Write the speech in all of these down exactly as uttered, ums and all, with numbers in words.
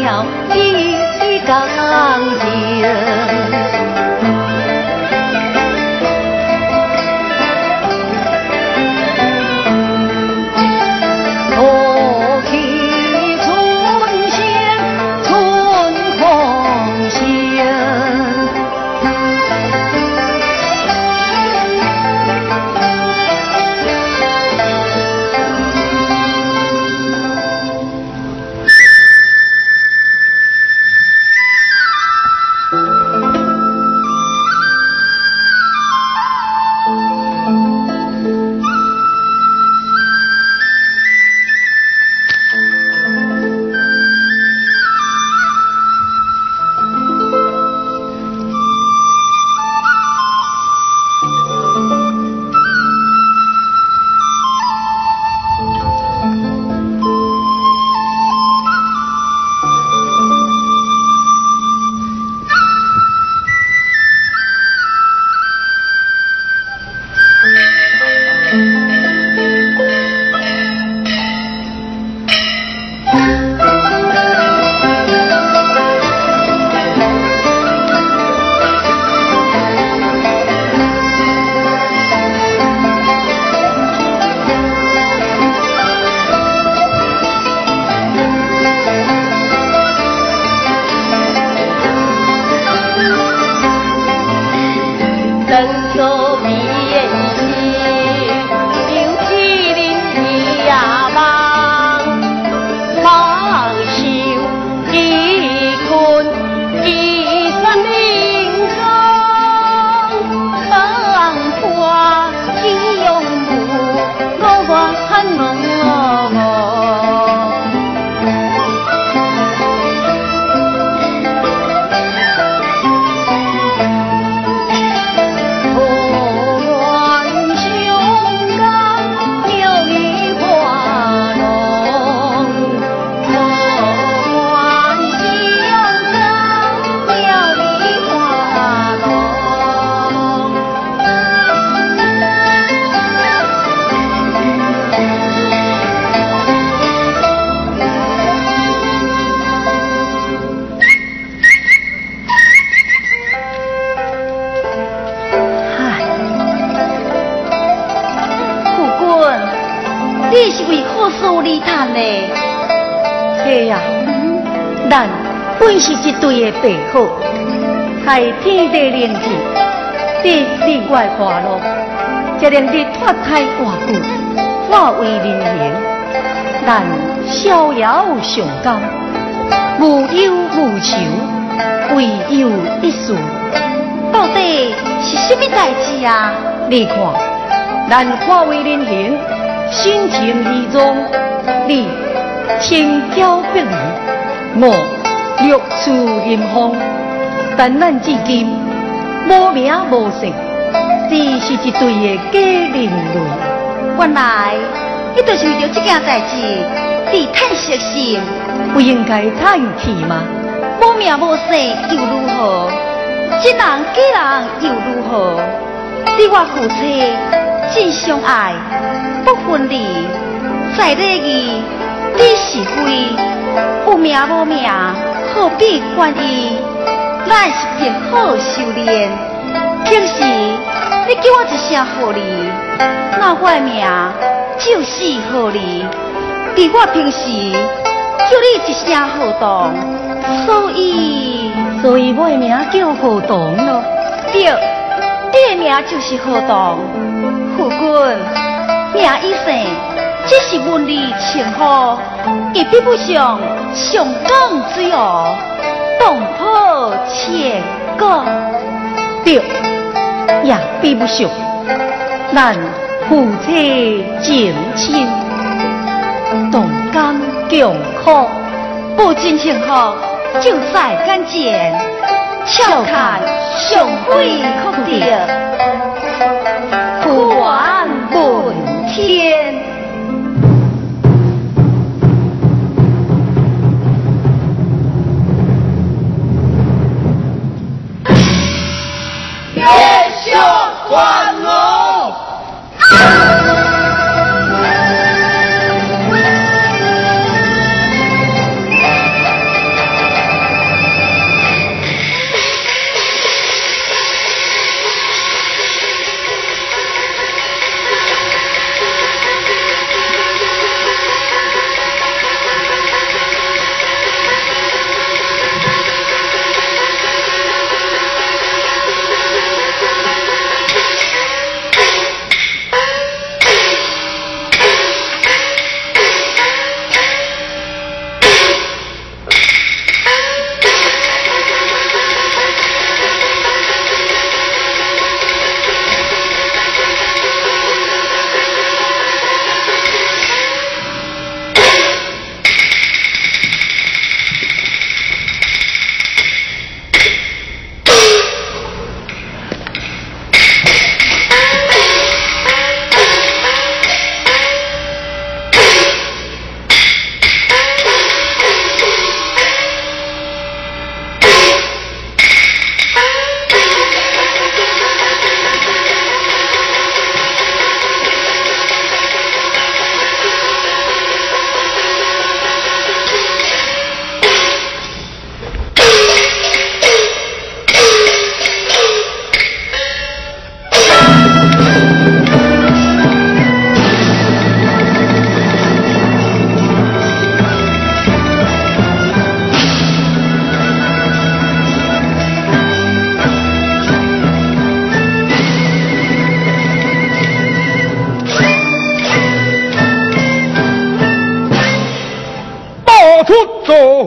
了一缸情。 本是一对的白虎，害天地灵气，地内外花落，才令你脱胎换骨，化为人形。但逍遥上高，无忧无愁，唯有一事。 到底是什么代志啊？ 你看，咱化为人形，心情意中，你千娇百媚，我。六处临风，但咱至今无名无姓，只是一对的假人类。 原来你就是为着这件代志，你叹息心， 不应该叹气吗？ 无名无姓又如何？真人假人又如何？你我夫妻真相爱，不分离，在礼仪，你是非，有名无名。何必关意？咱是片好修炼。平时你叫我一声好哩，那我的名就是好哩。而我平时叫你一声好动，所以所以我的名叫好动咯。 对，你的名就是好动。夫君，名一生只是文理情好，亦比不上上港之后动破千古。 对，也比不上咱夫妻情亲，同甘共苦， 不尽幸福就在眼前，笑看上悔哭掉，不完问天。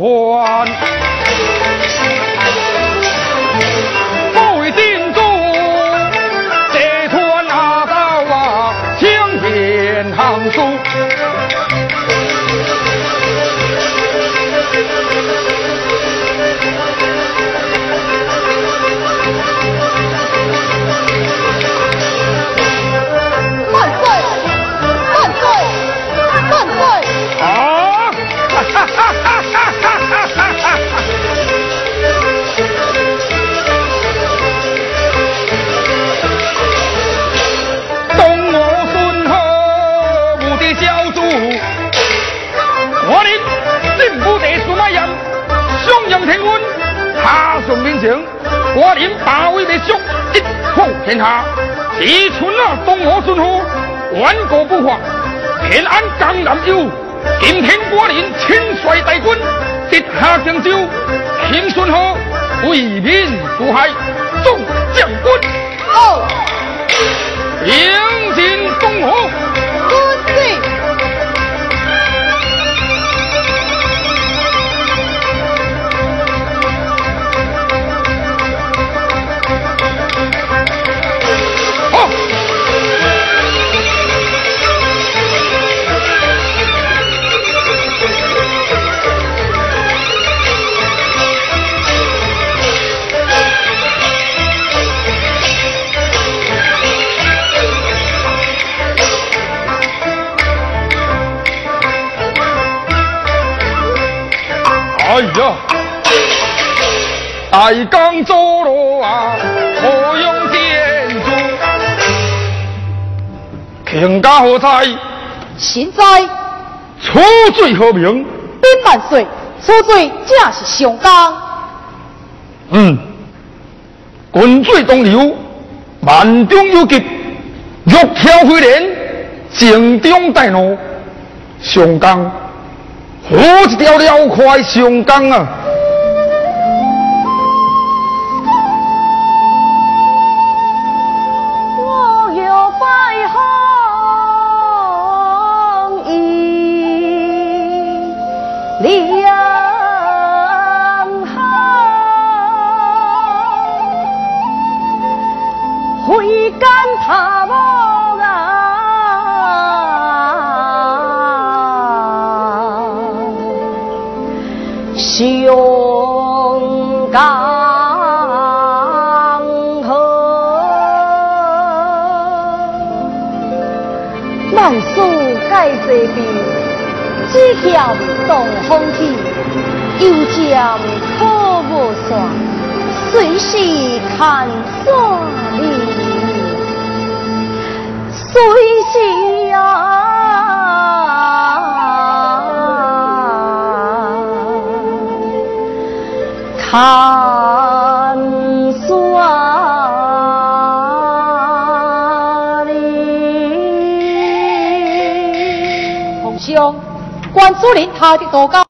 还。不为定主，这串阿斗啊，枪剑行书。顺民情，我领八位灭蜀，一统天下。李春啊，东吴孙虎，万国不化，偏安江南有。今天我领亲率大军，直下荆州，兴顺河，为民除害，众将军。哦，迎进东吴。遵旨。哎呀，大江走路啊，何用建筑？卿家何在？ 现在出罪何名？ 兵万岁，此罪正是上纲。 嗯，军罪东流，万中有急，玉挑飞莲，正中带怒，上纲。好一条辽阔上纲啊！ 我有百行意两行，挥杆踏木啊！上江河，万事改这边，只欠东风起，又将可无算，随时看算哩，随时啊。看算哩，皇上，关主人他的高高。